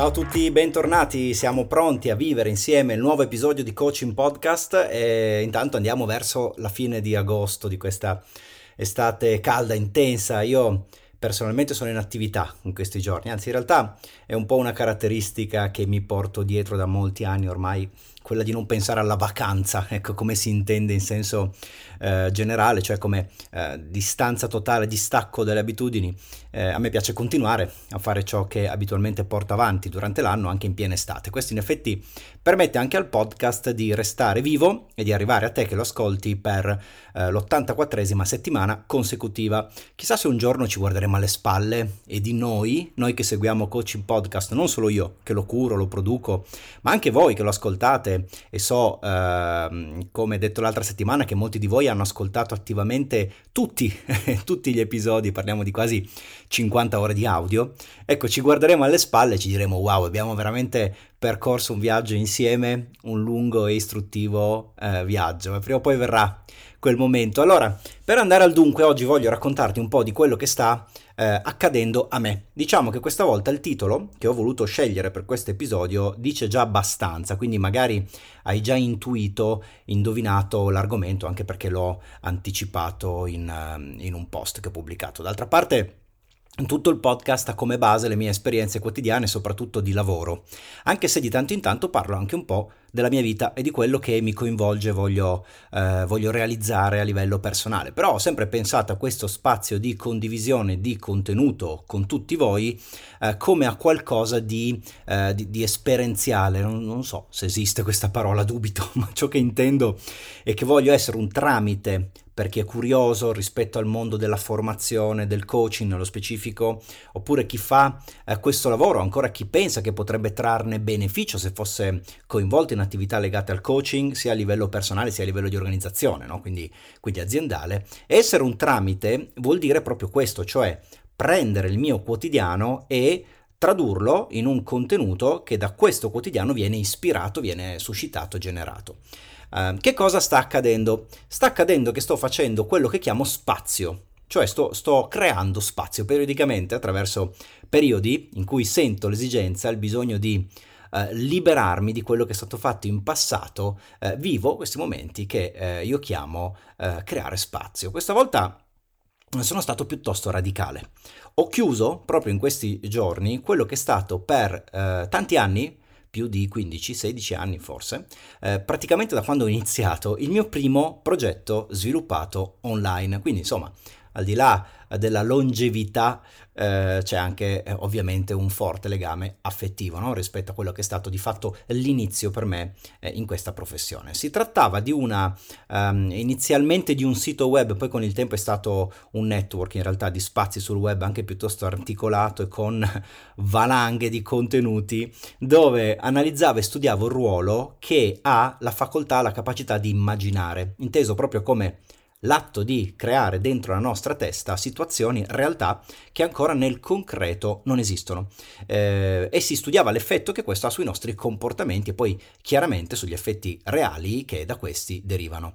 Ciao a tutti, bentornati, siamo pronti a vivere insieme il nuovo episodio di Coaching Podcast e intanto andiamo verso la fine di agosto di questa estate calda, intensa. Io personalmente sono in attività in questi giorni, anzi in realtà è un po' una caratteristica che mi porto dietro da molti anni ormai, quella di non pensare alla vacanza, ecco come si intende in senso generale, cioè come distanza totale, distacco dalle abitudini. A me piace continuare a fare ciò che abitualmente porto avanti durante l'anno, anche in piena estate. Questo in effetti permette anche al podcast di restare vivo e di arrivare a te che lo ascolti per l'84esima settimana consecutiva. Chissà se un giorno ci guarderemo alle spalle e di noi che seguiamo Coaching Podcast, non solo io che lo curo, lo produco, ma anche voi che lo ascoltate, e so, come detto l'altra settimana, che molti di voi hanno ascoltato attivamente tutti gli episodi, parliamo di quasi 50 ore di audio. Ecco, ci guarderemo alle spalle e ci diremo: wow, abbiamo veramente percorso un viaggio insieme, un lungo e istruttivo viaggio, ma prima o poi verrà quel momento. Allora, per andare al dunque, oggi voglio raccontarti un po' di quello che sta accadendo a me. Diciamo che questa volta il titolo che ho voluto scegliere per questo episodio dice già abbastanza, quindi magari hai già intuito, indovinato l'argomento, anche perché l'ho anticipato in un post che ho pubblicato. D'altra parte, tutto il podcast ha come base le mie esperienze quotidiane, soprattutto di lavoro, anche se di tanto in tanto parlo anche un po' della mia vita e di quello che mi coinvolge e voglio realizzare a livello personale. Però ho sempre pensato a questo spazio di condivisione di contenuto con tutti voi come a qualcosa di esperienziale. Non so se esiste questa parola, dubito, ma ciò che intendo è che voglio essere un tramite per chi è curioso rispetto al mondo della formazione, del coaching nello specifico, oppure chi fa questo lavoro, ancora chi pensa che potrebbe trarne beneficio se fosse coinvolto in attività legate al coaching, sia a livello personale sia a livello di organizzazione, no? Quindi aziendale. E essere un tramite vuol dire proprio questo, cioè prendere il mio quotidiano e tradurlo in un contenuto che da questo quotidiano viene ispirato, viene suscitato, generato. Che cosa sta accadendo? Sta accadendo che sto facendo quello che chiamo spazio, cioè sto creando spazio periodicamente attraverso periodi in cui sento l'esigenza, il bisogno di liberarmi di quello che è stato fatto in passato. Vivo questi momenti che io chiamo creare spazio. Questa volta sono stato piuttosto radicale. Ho chiuso proprio in questi giorni quello che è stato per tanti anni, più di 15-16 anni forse, praticamente da quando ho iniziato il mio primo progetto sviluppato online. Quindi insomma, al di là della longevità c'è anche ovviamente un forte legame affettivo, no? Rispetto a quello che è stato di fatto l'inizio per me in questa professione. Si trattava di inizialmente di un sito web, poi con il tempo è stato un network in realtà di spazi sul web anche piuttosto articolato e con valanghe di contenuti, dove analizzavo e studiavo il ruolo che ha la facoltà, la capacità di immaginare, inteso proprio come l'atto di creare dentro la nostra testa situazioni, realtà che ancora nel concreto non esistono, e si studiava l'effetto che questo ha sui nostri comportamenti e poi chiaramente sugli effetti reali che da questi derivano.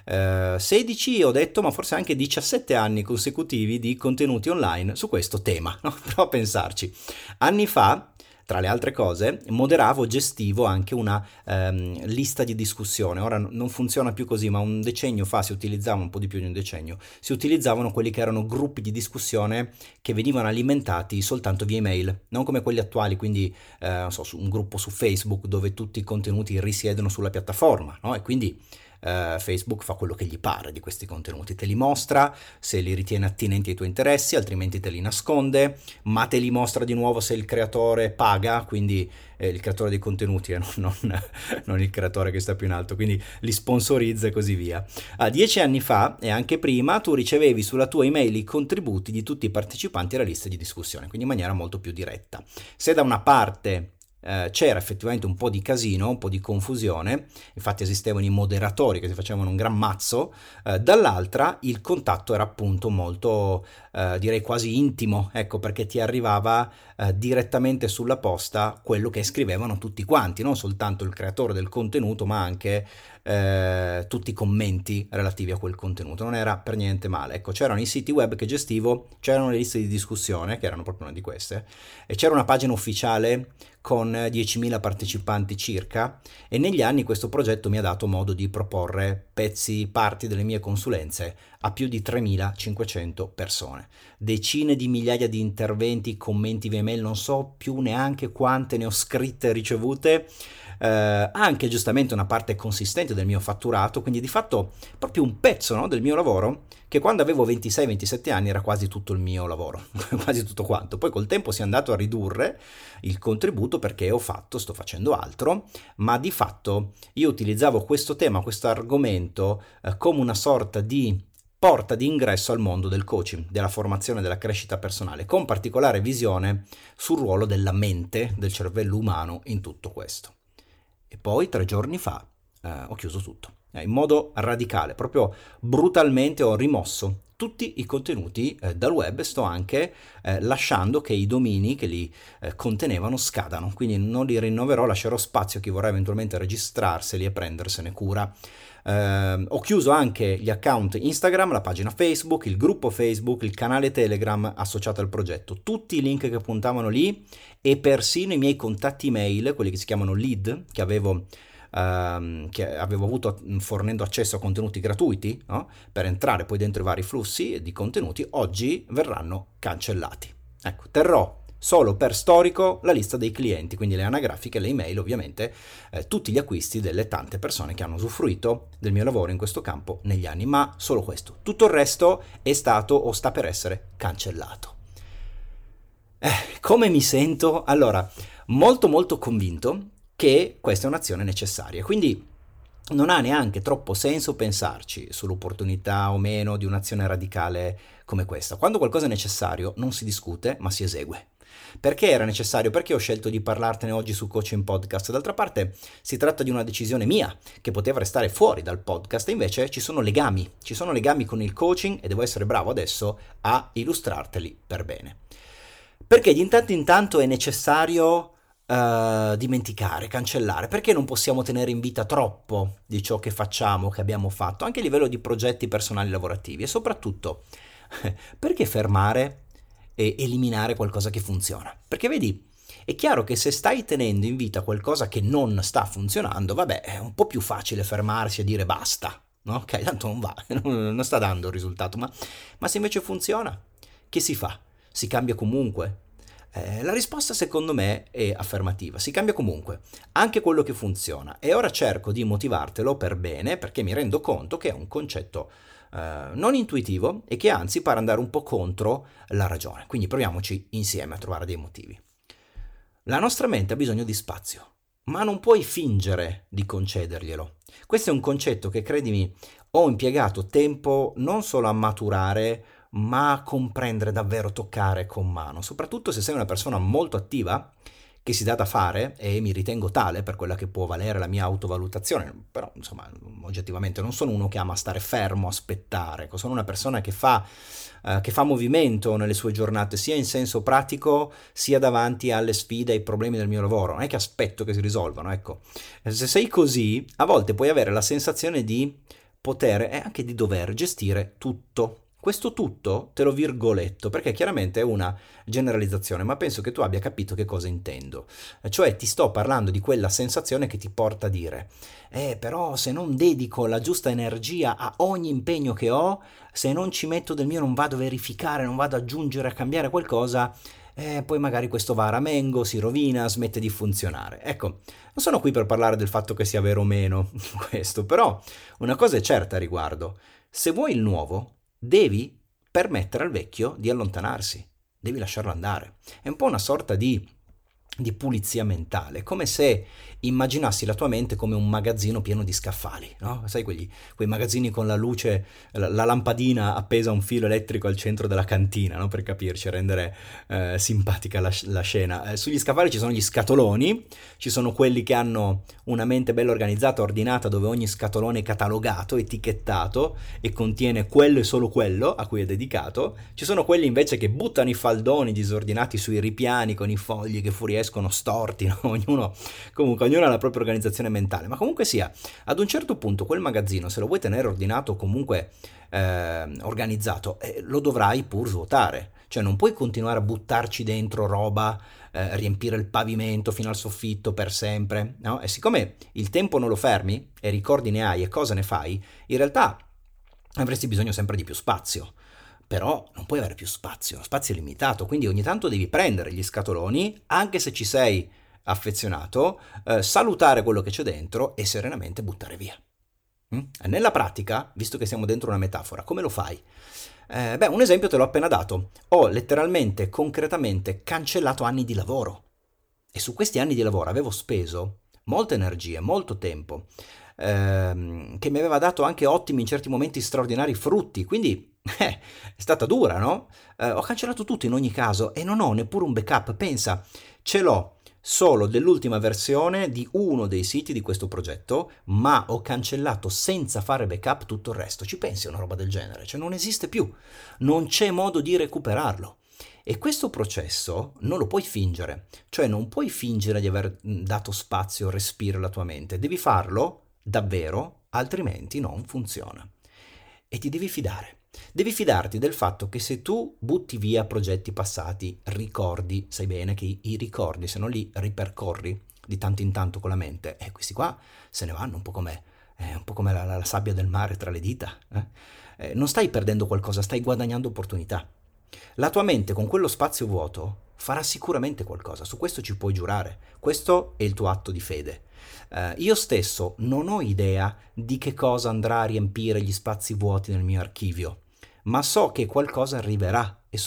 16 ho detto, ma forse anche 17 anni consecutivi di contenuti online su questo tema, no? Prova a pensarci. Anni fa, tra le altre cose, moderavo, gestivo anche una lista di discussione. Ora non funziona più così, ma un decennio fa si utilizzava, un po' di più di un decennio, si utilizzavano quelli che erano gruppi di discussione che venivano alimentati soltanto via email, non come quelli attuali, quindi non so, un gruppo su Facebook dove tutti i contenuti risiedono sulla piattaforma, no? E quindi Facebook fa quello che gli pare di questi contenuti, te li mostra se li ritiene attinenti ai tuoi interessi, altrimenti te li nasconde, ma te li mostra di nuovo se il creatore paga, quindi il creatore dei contenuti, non il creatore che sta più in alto, quindi li sponsorizza e così via. 10 anni fa e anche prima tu ricevevi sulla tua email i contributi di tutti i partecipanti alla lista di discussione, quindi in maniera molto più diretta. Se da una parte c'era effettivamente un po' di casino, un po' di confusione, infatti esistevano i moderatori che si facevano un gran mazzo, dall'altra il contatto era appunto molto, direi quasi intimo, ecco, perché ti arrivava direttamente sulla posta quello che scrivevano tutti quanti, non soltanto il creatore del contenuto, ma anche tutti i commenti relativi a quel contenuto, non era per niente male. Ecco, c'erano i siti web che gestivo, c'erano le liste di discussione, che erano proprio una di queste, e c'era una pagina ufficiale con 10.000 partecipanti circa, e negli anni questo progetto mi ha dato modo di proporre parti delle mie consulenze a più di 3.500 persone. Decine di migliaia di interventi, commenti via email, non so più neanche quante ne ho scritte e ricevute, anche giustamente una parte consistente del mio fatturato, quindi di fatto proprio un pezzo, no, del mio lavoro, che quando avevo 26-27 anni era quasi tutto il mio lavoro, quasi tutto quanto. Poi col tempo si è andato a ridurre il contributo perché sto facendo altro, ma di fatto io utilizzavo questo tema, questo argomento come una sorta di porta di ingresso al mondo del coaching, della formazione, della crescita personale, con particolare visione sul ruolo della mente, del cervello umano in tutto questo. E poi 3 giorni fa ho chiuso tutto, in modo radicale, proprio brutalmente ho rimosso tutti i contenuti dal web, sto anche lasciando che i domini che li contenevano scadano, quindi non li rinnoverò, lascerò spazio a chi vorrà eventualmente registrarseli e prendersene cura. Ho chiuso anche gli account Instagram, la pagina Facebook, il gruppo Facebook, il canale Telegram associato al progetto, tutti i link che puntavano lì e persino i miei contatti email, quelli che si chiamano lead, che avevo avuto fornendo accesso a contenuti gratuiti, no? Per entrare poi dentro i vari flussi di contenuti, oggi verranno cancellati. Ecco, terrò solo per storico la lista dei clienti, quindi le anagrafiche, le email, ovviamente tutti gli acquisti delle tante persone che hanno usufruito del mio lavoro in questo campo negli anni, ma solo questo. Tutto il resto è stato o sta per essere cancellato. Come mi sento? Allora, molto molto convinto che questa è un'azione necessaria, quindi non ha neanche troppo senso pensarci sull'opportunità o meno di un'azione radicale come questa. Quando qualcosa è necessario non si discute, ma si esegue. Perché era necessario? Perché ho scelto di parlartene oggi su Coaching Podcast? D'altra parte si tratta di una decisione mia che poteva restare fuori dal podcast, e invece ci sono legami con il coaching e devo essere bravo adesso a illustrarteli per bene. Perché di intanto in tanto è necessario dimenticare, cancellare? Perché non possiamo tenere in vita troppo di ciò che facciamo, che abbiamo fatto, anche a livello di progetti personali lavorativi? E soprattutto, perché fermare e eliminare qualcosa che funziona? Perché vedi, è chiaro che se stai tenendo in vita qualcosa che non sta funzionando, vabbè, è un po' più facile fermarsi e dire basta, no? Ok, tanto non va, non sta dando il risultato, ma se invece funziona, che si fa? Si cambia comunque? La risposta secondo me è affermativa, si cambia comunque, anche quello che funziona, e ora cerco di motivartelo per bene perché mi rendo conto che è un concetto non intuitivo e che anzi pare andare un po' contro la ragione, quindi proviamoci insieme a trovare dei motivi. La nostra mente ha bisogno di spazio, ma non puoi fingere di concederglielo. Questo è un concetto che, credimi, ho impiegato tempo non solo a maturare, ma a comprendere davvero, toccare con mano, soprattutto se sei una persona molto attiva, che si dà da fare, e mi ritengo tale per quella che può valere la mia autovalutazione, però insomma oggettivamente non sono uno che ama stare fermo, aspettare, sono una persona che fa movimento nelle sue giornate, sia in senso pratico, sia davanti alle sfide, ai problemi del mio lavoro, non è che aspetto che si risolvano, ecco. Se sei così, a volte puoi avere la sensazione di poter e anche di dover gestire tutto. Questo tutto te lo virgoletto perché chiaramente è una generalizzazione, ma penso che tu abbia capito che cosa intendo. Cioè ti sto parlando di quella sensazione che ti porta a dire però se non dedico la giusta energia a ogni impegno che ho, se non ci metto del mio, non vado a verificare, non vado ad aggiungere, a cambiare qualcosa, poi magari questo va a ramengo, si rovina, smette di funzionare. Ecco, non sono qui per parlare del fatto che sia vero o meno questo, però una cosa è certa a riguardo: se vuoi il nuovo, devi permettere al vecchio di allontanarsi, devi lasciarlo andare. È un po' una sorta di pulizia mentale, come se immaginassi la tua mente come un magazzino pieno di scaffali, no? Sai quei magazzini con la luce, la lampadina appesa a un filo elettrico al centro della cantina, no? Per capirci, rendere simpatica la scena. Sugli scaffali ci sono gli scatoloni, ci sono quelli che hanno una mente bella organizzata, ordinata, dove ogni scatolone è catalogato, etichettato e contiene quello e solo quello a cui è dedicato. Ci sono quelli invece che buttano i faldoni disordinati sui ripiani con i fogli che fuoriescono storti, no? Ognuno ognuno ha la propria organizzazione mentale, ma comunque sia, ad un certo punto quel magazzino, se lo vuoi tenere ordinato o comunque organizzato, lo dovrai pur svuotare, cioè non puoi continuare a buttarci dentro roba, riempire il pavimento fino al soffitto per sempre, no? E siccome il tempo non lo fermi e ricordi ne hai e cosa ne fai, in realtà avresti bisogno sempre di più spazio. Però non puoi avere più spazio, lo spazio è limitato, quindi ogni tanto devi prendere gli scatoloni, anche se ci sei affezionato, salutare quello che c'è dentro e serenamente buttare via. Nella pratica, visto che siamo dentro una metafora, come lo fai? Un esempio te l'ho appena dato. Ho letteralmente, concretamente cancellato anni di lavoro. E su questi anni di lavoro avevo speso molte energie, molto tempo, che mi aveva dato anche ottimi, in certi momenti straordinari frutti. Quindi è stata dura, no? Ho cancellato tutto in ogni caso e non ho neppure un backup. Pensa, ce l'ho solo dell'ultima versione di uno dei siti di questo progetto, ma ho cancellato senza fare backup tutto il resto. Ci pensi a una roba del genere? Cioè non esiste più, non c'è modo di recuperarlo. E questo processo non lo puoi fingere, cioè non puoi fingere di aver dato spazio, respiro alla tua mente, devi farlo davvero, altrimenti non funziona. E ti devi fidare. Devi fidarti del fatto che se tu butti via progetti passati, ricordi, sai bene che i ricordi, se non li ripercorri di tanto in tanto con la mente, questi qua se ne vanno un po' come la sabbia del mare tra le dita. Non stai perdendo qualcosa, stai guadagnando opportunità. La tua mente con quello spazio vuoto farà sicuramente qualcosa, su questo ci puoi giurare. Questo è il tuo atto di fede. Io stesso non ho idea di che cosa andrà a riempire gli spazi vuoti nel mio archivio, ma so che qualcosa arriverà e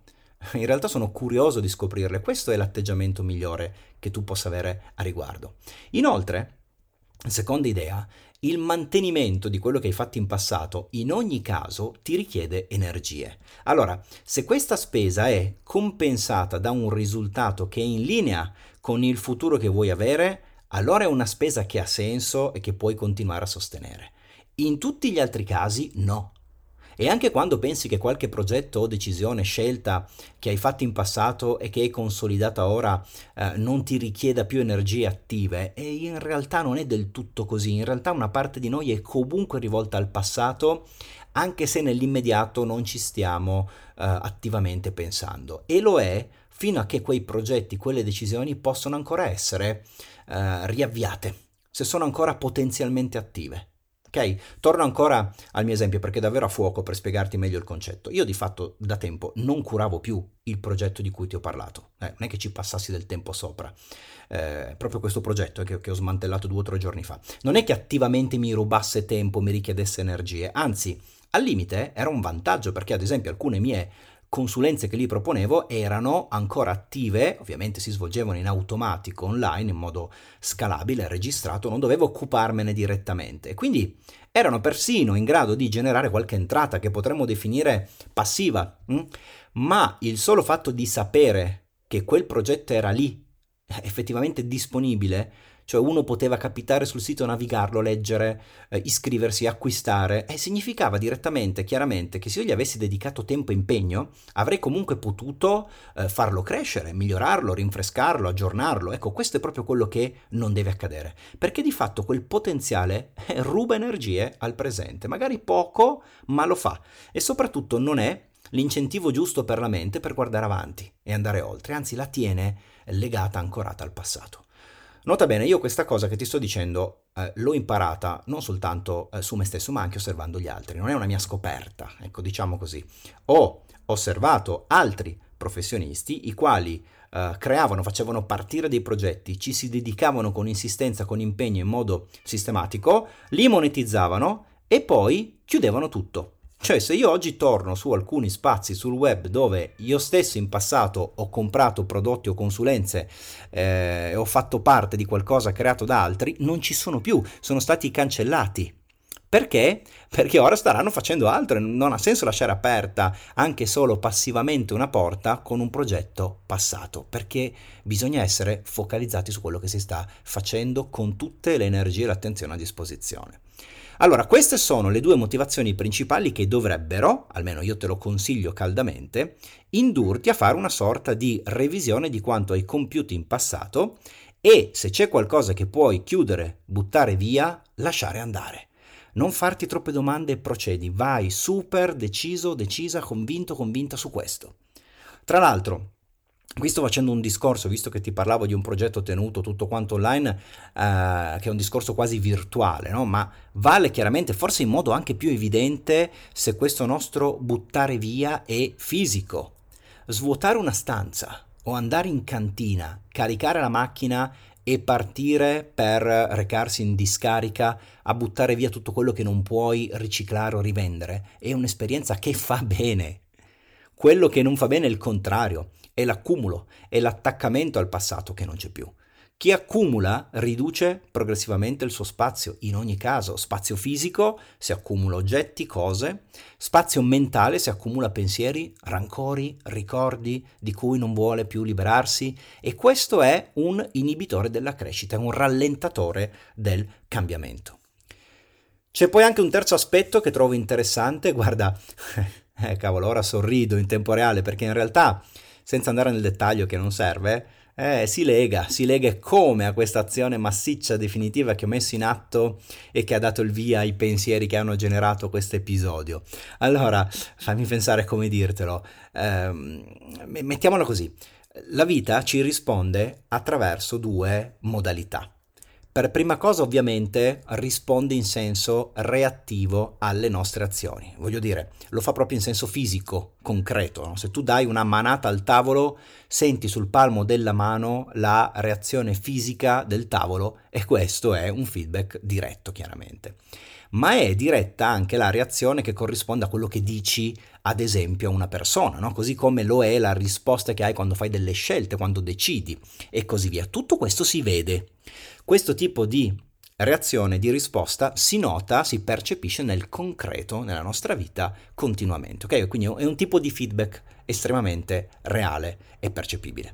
in realtà sono curioso di scoprirle. Questo è l'atteggiamento migliore che tu possa avere a riguardo. Inoltre, seconda idea, il mantenimento di quello che hai fatto in passato in ogni caso ti richiede energie. Allora, se questa spesa è compensata da un risultato che è in linea con il futuro che vuoi avere, allora è una spesa che ha senso e che puoi continuare a sostenere. In tutti gli altri casi no. E anche quando pensi che qualche progetto o decisione, scelta che hai fatto in passato e che è consolidata ora non ti richieda più energie attive, e in realtà non è del tutto così. In realtà una parte di noi è comunque rivolta al passato, anche se nell'immediato non ci stiamo attivamente pensando. E lo è fino a che quei progetti, quelle decisioni possono ancora essere riavviate, se sono ancora potenzialmente attive. Ok? Torno ancora al mio esempio perché è davvero a fuoco per spiegarti meglio il concetto. Io di fatto da tempo non curavo più il progetto di cui ti ho parlato, non è che ci passassi del tempo sopra, proprio questo progetto che ho smantellato 2 o 3 giorni fa. Non è che attivamente mi rubasse tempo, mi richiedesse energie, anzi al limite era un vantaggio perché ad esempio alcune mie consulenze che lì proponevo erano ancora attive, ovviamente si svolgevano in automatico online in modo scalabile, registrato, non dovevo occuparmene direttamente e quindi erano persino in grado di generare qualche entrata che potremmo definire passiva, ma il solo fatto di sapere che quel progetto era lì, effettivamente disponibile, cioè uno poteva capitare sul sito, navigarlo, leggere, iscriversi, acquistare, e significava direttamente, chiaramente, che se io gli avessi dedicato tempo e impegno, avrei comunque potuto farlo crescere, migliorarlo, rinfrescarlo, aggiornarlo. Ecco, questo è proprio quello che non deve accadere, perché di fatto quel potenziale ruba energie al presente, magari poco, ma lo fa, e soprattutto non è l'incentivo giusto per la mente per guardare avanti e andare oltre, anzi la tiene legata, ancorata al passato. Nota bene, io questa cosa che ti sto dicendo l'ho imparata non soltanto su me stesso, ma anche osservando gli altri. Non è una mia scoperta, ecco, diciamo così. Ho osservato altri professionisti i quali creavano, facevano partire dei progetti, ci si dedicavano con insistenza, con impegno, in modo sistematico, li monetizzavano e poi chiudevano tutto. Cioè, se io oggi torno su alcuni spazi sul web dove io stesso in passato ho comprato prodotti o consulenze e ho fatto parte di qualcosa creato da altri, non ci sono più, sono stati cancellati. Perché? Perché ora staranno facendo altro e non ha senso lasciare aperta anche solo passivamente una porta con un progetto passato, perché bisogna essere focalizzati su quello che si sta facendo con tutte le energie e l'attenzione a disposizione. Allora, queste sono le 2 motivazioni principali che dovrebbero, almeno io te lo consiglio caldamente, indurti a fare una sorta di revisione di quanto hai compiuto in passato E se c'è qualcosa che puoi chiudere, buttare via, lasciare andare. Non farti troppe domande e procedi, vai super deciso, decisa, convinto, convinta su questo. Tra l'altro, qui sto facendo un discorso, visto che ti parlavo di un progetto tenuto tutto quanto online, che è un discorso quasi virtuale, no? Ma vale chiaramente, forse in modo anche più evidente, se questo nostro buttare via è fisico. Svuotare una stanza o andare in cantina, caricare la macchina e partire per recarsi in discarica a buttare via tutto quello che non puoi riciclare o rivendere, è un'esperienza che fa bene. Quello che non fa bene è il contrario, è l'accumulo, è l'attaccamento al passato che non c'è più. Chi accumula riduce progressivamente il suo spazio, in ogni caso spazio fisico se accumula oggetti, cose, spazio mentale se accumula pensieri, rancori, ricordi di cui non vuole più liberarsi, e questo è un inibitore della crescita, è un rallentatore del cambiamento. C'è poi anche un terzo aspetto che trovo interessante, guarda, cavolo, ora sorrido in tempo reale perché in realtà, senza andare nel dettaglio che non serve, si lega come a questa azione massiccia definitiva che ho messo in atto e che ha dato il via ai pensieri che hanno generato questo episodio. Allora, fammi pensare come dirtelo. Mettiamolo così. La vita ci risponde attraverso due modalità. Per prima cosa, ovviamente, risponde in senso reattivo alle nostre azioni. Voglio dire, lo fa proprio in senso fisico, concreto, no? Se tu dai una manata al tavolo, senti sul palmo della mano la reazione fisica del tavolo e questo è un feedback diretto, chiaramente. Ma è diretta anche la reazione che corrisponde a quello che dici, ad esempio, a una persona, no? Così come lo è la risposta che hai quando fai delle scelte, quando decidi e così via. Tutto questo si vede. Questo tipo di reazione, di risposta si nota, si percepisce nel concreto, nella nostra vita continuamente, ok? Quindi è un tipo di feedback estremamente reale e percepibile.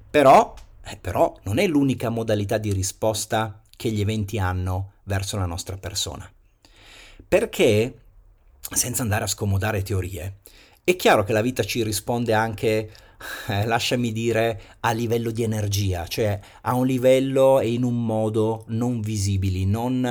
Però non è l'unica modalità di risposta che gli eventi hanno verso la nostra persona. Perché, senza andare a scomodare teorie, è chiaro che la vita ci risponde anche, lasciami dire, a livello di energia, cioè a un livello e in un modo non visibili,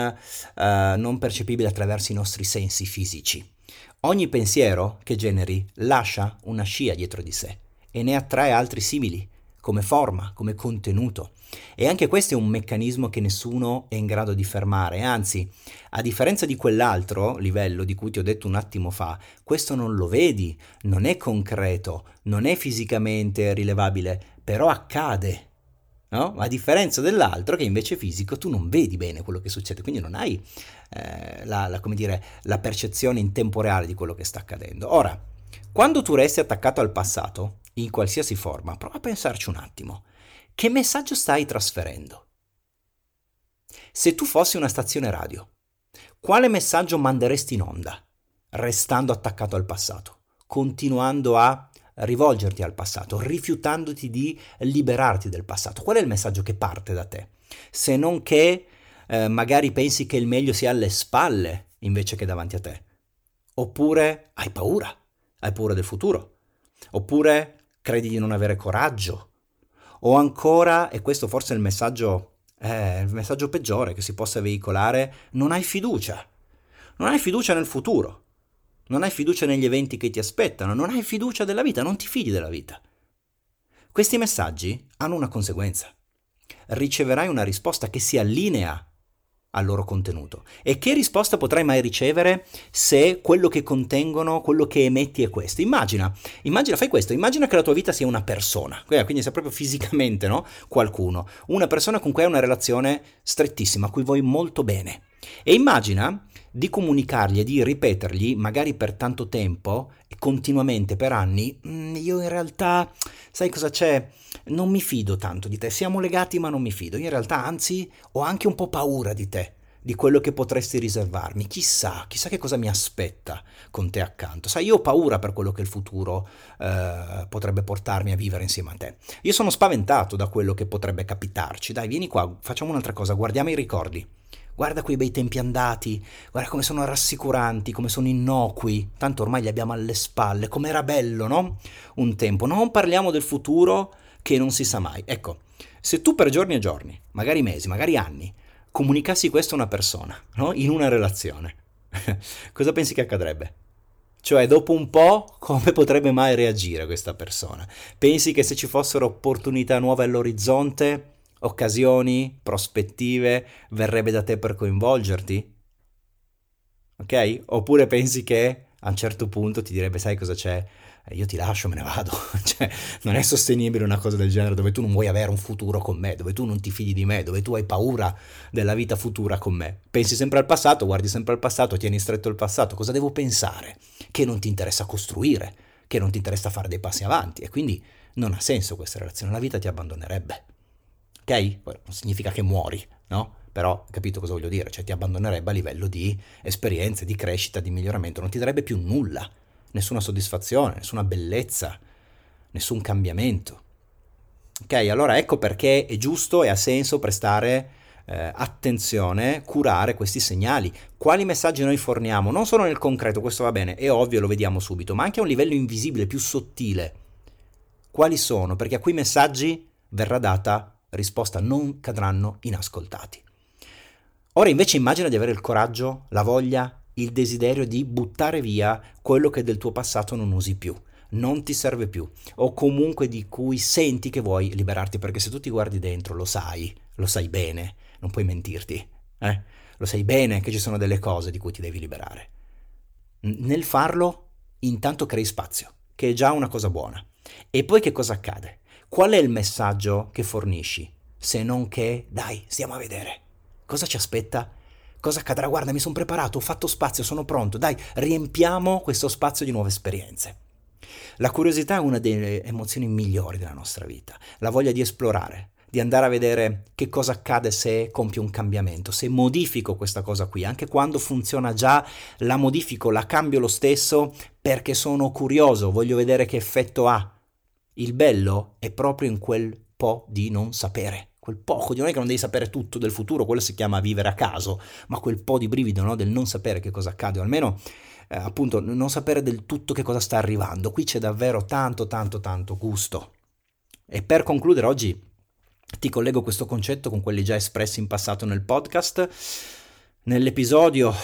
non percepibili attraverso i nostri sensi fisici. Ogni pensiero che generi lascia una scia dietro di sé e ne attrae altri simili, come forma, come contenuto. E anche questo è un meccanismo che nessuno è in grado di fermare, anzi, a differenza di quell'altro livello di cui ti ho detto un attimo fa, questo non lo vedi, non è concreto, non è fisicamente rilevabile, però accade. No? A differenza dell'altro che invece è fisico, tu non vedi bene quello che succede, quindi non hai come dire, la percezione in tempo reale di quello che sta accadendo. Ora, quando tu resti attaccato al passato, in qualsiasi forma, prova a pensarci un attimo. Che messaggio stai trasferendo? Se tu fossi una stazione radio, quale messaggio manderesti in onda, restando attaccato al passato, continuando a rivolgerti al passato, rifiutandoti di liberarti del passato? Qual è il messaggio che parte da te? Se non che magari pensi che il meglio sia alle spalle invece che davanti a te. Oppure hai paura del futuro. Oppure credi di non avere coraggio. O ancora, e questo forse è il messaggio peggiore che si possa veicolare, non hai fiducia. Non hai fiducia nel futuro. Non hai fiducia negli eventi che ti aspettano. Non hai fiducia della vita. Non ti fidi della vita. Questi messaggi hanno una conseguenza. Riceverai una risposta che si allinea al loro contenuto. E che risposta potrai mai ricevere se quello che contengono, quello che emetti è questo? Immagina, fai questo, immagina che la tua vita sia una persona, quindi sia proprio fisicamente, no? Qualcuno, una persona con cui hai una relazione strettissima, a cui vuoi molto bene. E immagina di comunicargli e di ripetergli, magari per tanto tempo, e continuamente, per anni, io in realtà, sai cosa c'è? Non mi fido tanto di te, siamo legati ma non mi fido, in realtà anzi ho anche un po' paura di te, di quello che potresti riservarmi, chissà che cosa mi aspetta con te accanto, sai, io ho paura per quello che il futuro potrebbe portarmi a vivere insieme a te, io sono spaventato da quello che potrebbe capitarci, dai vieni qua, facciamo un'altra cosa, guardiamo i ricordi. Guarda quei bei tempi andati, guarda come sono rassicuranti, come sono innocui, tanto ormai li abbiamo alle spalle, com'era bello, no? Un tempo, non parliamo del futuro che non si sa mai. Ecco, Se tu per giorni e giorni, magari mesi, magari anni, comunicassi questo a una persona, no? In una relazione, cosa pensi che accadrebbe? Cioè, dopo un po', come potrebbe mai reagire questa persona? Pensi che se ci fossero opportunità nuove all'orizzonte, occasioni, prospettive, verrebbe da te per coinvolgerti? Ok? Oppure pensi che a un certo punto ti direbbe, sai cosa c'è? Io ti lascio, me ne vado. Cioè, non è sostenibile una cosa del genere dove tu non vuoi avere un futuro con me, dove tu non ti fidi di me, dove tu hai paura della vita futura con me. Pensi sempre al passato, guardi sempre al passato, tieni stretto il passato. Cosa devo pensare? Che non ti interessa costruire, che non ti interessa fare dei passi avanti e quindi non ha senso questa relazione, la vita ti abbandonerebbe. Ok? Poi non significa che muori, no? Però capito cosa voglio dire? Cioè ti abbandonerebbe a livello di esperienze, di crescita, di miglioramento, non ti darebbe più nulla, nessuna soddisfazione, nessuna bellezza, nessun cambiamento. Ok? Allora ecco perché è giusto e ha senso prestare attenzione, curare questi segnali. Quali messaggi noi forniamo? Non solo nel concreto, questo va bene, è ovvio, lo vediamo subito, ma anche a un livello invisibile, più sottile. Quali sono? Perché a quei messaggi verrà data risposta, non cadranno inascoltati. Ora invece immagina di avere il coraggio, la voglia, il desiderio di buttare via quello che del tuo passato non usi più, non ti serve più, o comunque di cui senti che vuoi liberarti, perché se tu ti guardi dentro lo sai bene, non puoi mentirti, lo sai bene che ci sono delle cose di cui ti devi liberare. Nel farlo, intanto crei spazio, che è già una cosa buona. E poi che cosa accade? Qual è il messaggio che fornisci? Se non che, dai, stiamo a vedere. Cosa ci aspetta? Cosa accadrà? Guarda, mi sono preparato, ho fatto spazio, sono pronto. Dai, riempiamo questo spazio di nuove esperienze. La curiosità è una delle emozioni migliori della nostra vita. La voglia di esplorare, di andare a vedere che cosa accade se compio un cambiamento, se modifico questa cosa qui. Anche quando funziona già, la modifico, la cambio lo stesso perché sono curioso, voglio vedere che effetto ha. Il bello è proprio in quel po' di non sapere. Quel poco, non è che non devi sapere tutto del futuro, quello si chiama vivere a caso, ma quel po' di brivido, no? Del non sapere che cosa accade, o almeno appunto non sapere del tutto che cosa sta arrivando. Qui c'è davvero tanto gusto. E per concludere oggi ti collego questo concetto con quelli già espressi in passato nel podcast, nell'episodio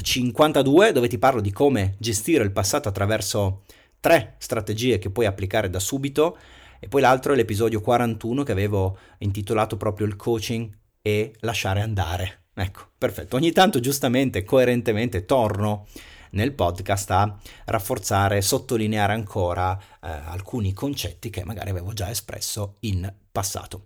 52, dove ti parlo di come gestire il passato attraverso 3 strategie che puoi applicare da subito, e poi l'altro è l'episodio 41 che avevo intitolato proprio il coaching e lasciare andare. Ecco, perfetto. Ogni tanto giustamente, coerentemente torno nel podcast a rafforzare, sottolineare ancora alcuni concetti che magari avevo già espresso in passato.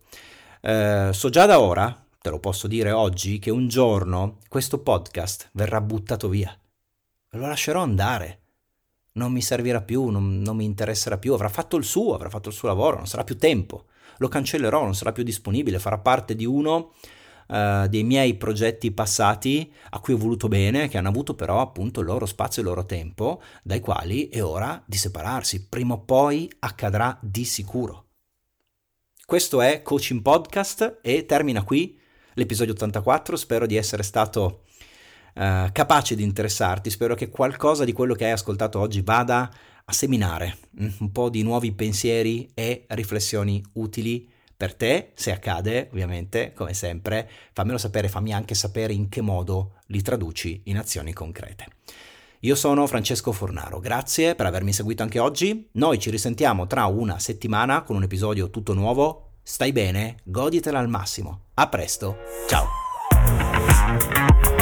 So già da ora, te lo posso dire oggi, che un giorno questo podcast verrà buttato via. Lo lascerò andare. Non mi servirà più, non mi interesserà più, avrà fatto il suo lavoro, non sarà più tempo, lo cancellerò, non sarà più disponibile, farà parte di uno dei miei progetti passati a cui ho voluto bene, che hanno avuto però appunto il loro spazio e il loro tempo, dai quali è ora di separarsi, prima o poi accadrà di sicuro. Questo è Coaching Podcast e termina qui l'episodio 84, spero di essere stato capace di interessarti, spero che qualcosa di quello che hai ascoltato oggi vada a seminare un po' di nuovi pensieri e riflessioni utili per te. Se accade, ovviamente, come sempre, fammelo sapere, fammi anche sapere in che modo li traduci in azioni concrete. Io sono Francesco Fornaro, grazie per avermi seguito anche oggi, noi ci risentiamo tra una settimana con un episodio tutto nuovo. Stai bene, goditela al massimo, a presto, ciao!